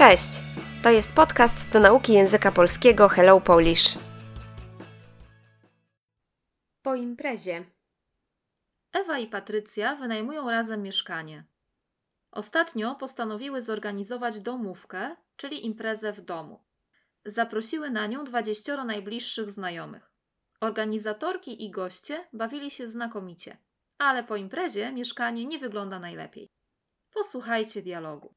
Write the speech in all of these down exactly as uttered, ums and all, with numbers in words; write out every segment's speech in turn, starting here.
Cześć! To jest podcast do nauki języka polskiego Hello Polish. Po imprezie. Ewa i Patrycja wynajmują razem mieszkanie. Ostatnio postanowiły zorganizować domówkę, czyli imprezę w domu. Zaprosiły na nią dwudziestu najbliższych znajomych. Organizatorki i goście bawili się znakomicie, ale po imprezie mieszkanie nie wygląda najlepiej. Posłuchajcie dialogu.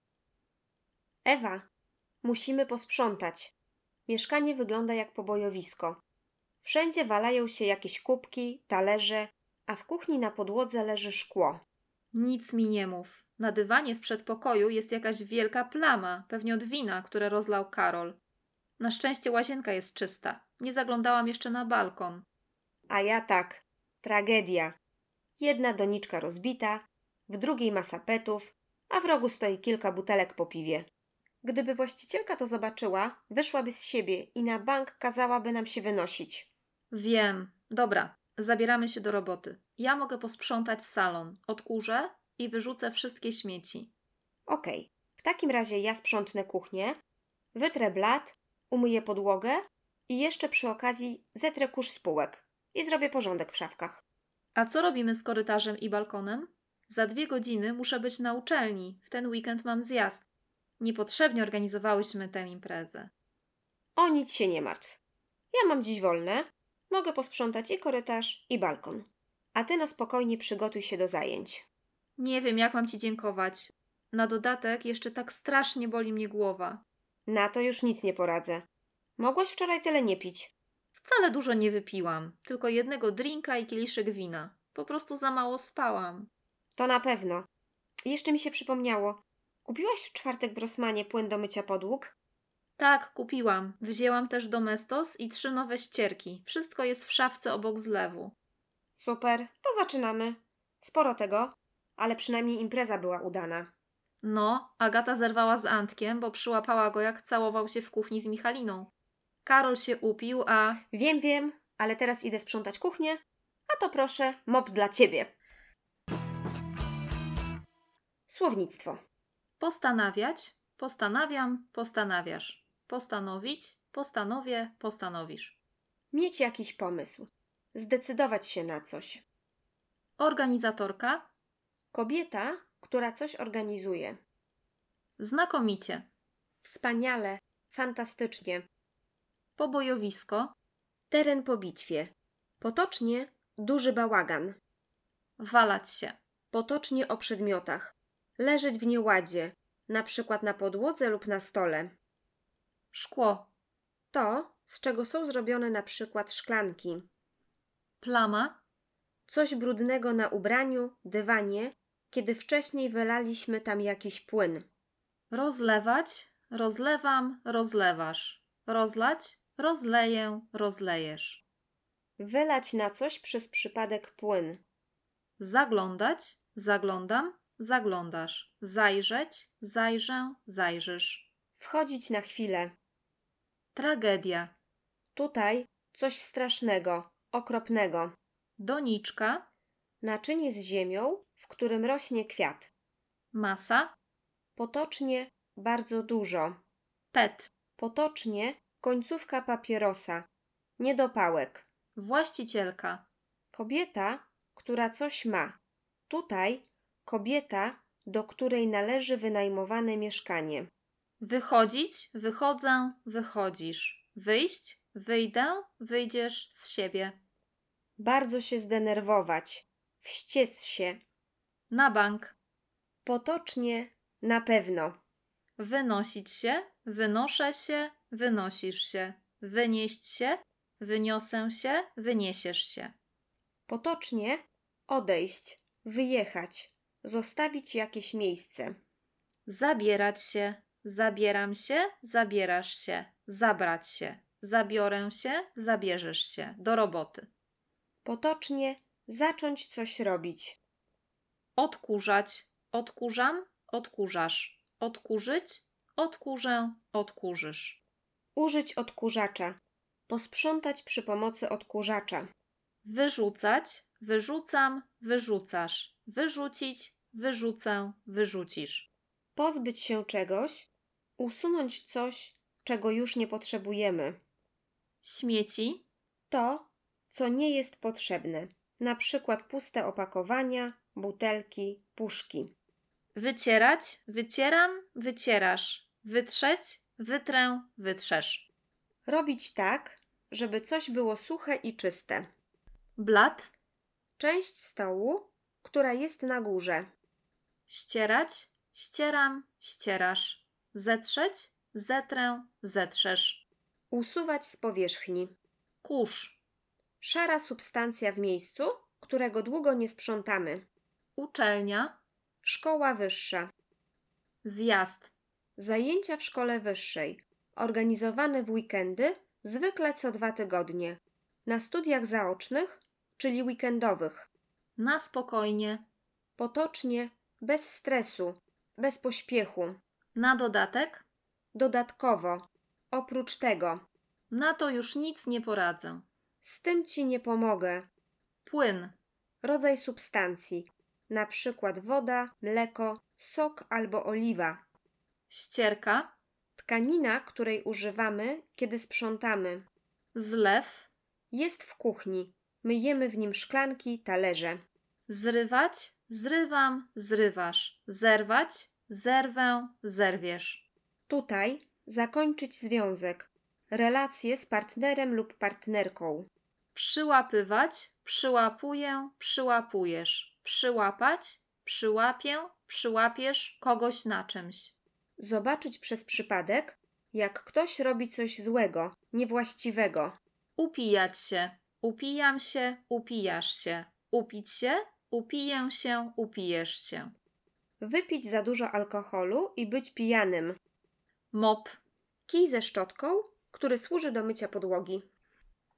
Ewa, musimy posprzątać. Mieszkanie wygląda jak pobojowisko. Wszędzie walają się jakieś kubki, talerze, a w kuchni na podłodze leży szkło. Nic mi nie mów. Na dywanie w przedpokoju jest jakaś wielka plama, pewnie od wina, które rozlał Karol. Na szczęście łazienka jest czysta. Nie zaglądałam jeszcze na balkon. A ja tak. Tragedia. Jedna doniczka rozbita, w drugiej masa petów, a w rogu stoi kilka butelek po piwie. Gdyby właścicielka to zobaczyła, wyszłaby z siebie i na bank kazałaby nam się wynosić. Wiem. Dobra, zabieramy się do roboty. Ja mogę posprzątać salon, odkurzę i wyrzucę wszystkie śmieci. Okej, w takim razie ja sprzątnę kuchnię, wytrę blat, umyję podłogę i jeszcze przy okazji zetrę kurz z półek i zrobię porządek w szafkach. A co robimy z korytarzem i balkonem? Za dwie godziny muszę być na uczelni. W ten weekend mam zjazd. Niepotrzebnie organizowałyśmy tę imprezę. O nic się nie martw. Ja mam dziś wolne. Mogę posprzątać i korytarz, i balkon. A ty na spokojnie przygotuj się do zajęć. Nie wiem, jak mam ci dziękować. Na dodatek jeszcze tak strasznie boli mnie głowa. Na to już nic nie poradzę. Mogłaś wczoraj tyle nie pić. Wcale dużo nie wypiłam. Tylko jednego drinka i kieliszek wina. Po prostu za mało spałam. To na pewno. Jeszcze mi się przypomniało. Kupiłaś w czwartek w Rossmanie płyn do mycia podłóg? Tak, kupiłam. Wzięłam też Domestos i trzy nowe ścierki. Wszystko jest w szafce obok zlewu. Super, to zaczynamy. Sporo tego, ale przynajmniej impreza była udana. No, Agata zerwała z Antkiem, bo przyłapała go, jak całował się w kuchni z Michaliną. Karol się upił, a... Wiem, wiem, ale teraz idę sprzątać kuchnię. A to proszę, mop dla ciebie. Słownictwo. Postanawiać, postanawiam, postanawiasz. Postanowić, postanowię, postanowisz. Mieć jakiś pomysł. Zdecydować się na coś. Organizatorka. Kobieta, która coś organizuje. Znakomicie. Wspaniale, fantastycznie. Pobojowisko. Teren po bitwie. Potocznie duży bałagan. Walać się. Potocznie o przedmiotach. Leżeć w nieładzie, na przykład na podłodze lub na stole. Szkło. To, z czego są zrobione na przykład szklanki. Plama. Coś brudnego na ubraniu, dywanie, kiedy wcześniej wylaliśmy tam jakiś płyn. Rozlewać, rozlewam, rozlewasz. Rozlać, rozleję, rozlejesz. Wylać na coś przez przypadek płyn. Zaglądać, zaglądam, zaglądasz. Zajrzeć, zajrzę, zajrzysz. Wchodzić na chwilę. Tragedia. Tutaj coś strasznego, okropnego. Doniczka. Naczynie z ziemią, w którym rośnie kwiat. Masa. Potocznie bardzo dużo. Pet. Potocznie końcówka papierosa. Niedopałek. Właścicielka. Kobieta, która coś ma. Tutaj kobieta, do której należy wynajmowane mieszkanie. Wychodzić, wychodzę, wychodzisz. Wyjść, wyjdę, wyjdziesz z siebie. Bardzo się zdenerwować. Wściec się. Na bank. Potocznie na pewno. Wynosić się, wynoszę się, wynosisz się. Wynieść się, wyniosę się, wyniesiesz się. Potocznie odejść, wyjechać, zostawić jakieś miejsce. Zabierać się, zabieram się, zabierasz się. Zabrać się, zabiorę się, zabierzesz się. Do roboty. Potocznie zacząć coś robić. Odkurzać, odkurzam, odkurzasz. Odkurzyć, odkurzę, odkurzysz. Użyć odkurzacza. Posprzątać przy pomocy odkurzacza. Wyrzucać, wyrzucam, wyrzucasz. Wyrzucić, wyrzucę, wyrzucisz. Pozbyć się czegoś. Usunąć coś, czego już nie potrzebujemy. Śmieci. To, co nie jest potrzebne. Na przykład puste opakowania, butelki, puszki. Wycierać. Wycieram, wycierasz. Wytrzeć, wytrę, wytrzesz. Robić tak, żeby coś było suche i czyste. Blat. Część stołu, która jest na górze. Ścierać. Ścieram, ścierasz. Zetrzeć, zetrę, zetrzesz. Usuwać z powierzchni. Kurz. Szara substancja w miejscu, którego długo nie sprzątamy. Uczelnia. Szkoła wyższa. Zjazd. Zajęcia w szkole wyższej. Organizowane w weekendy, zwykle co dwa tygodnie. Na studiach zaocznych, czyli weekendowych. Na spokojnie. Potocznie, bez stresu, bez pośpiechu. Na dodatek. Dodatkowo. Oprócz tego. Na to już nic nie poradzę. Z tym ci nie pomogę. Płyn. Rodzaj substancji. Na przykład woda, mleko, sok albo oliwa. Ścierka. Tkanina, której używamy, kiedy sprzątamy. Zlew. Jest w kuchni. Myjemy w nim szklanki, talerze. Zrywać. Zrywam, zrywasz. Zerwać. Zerwę, zerwiesz. Tutaj zakończyć związek. Relacje z partnerem lub partnerką. Przyłapywać. Przyłapuję, przyłapujesz. Przyłapać. Przyłapię, przyłapiesz kogoś na czymś. Zobaczyć przez przypadek, jak ktoś robi coś złego, niewłaściwego. Upijać się. Upijam się, upijasz się. Upić się, upiję się, upijesz się. Wypić za dużo alkoholu i być pijanym. Mop. Kij ze szczotką, który służy do mycia podłogi.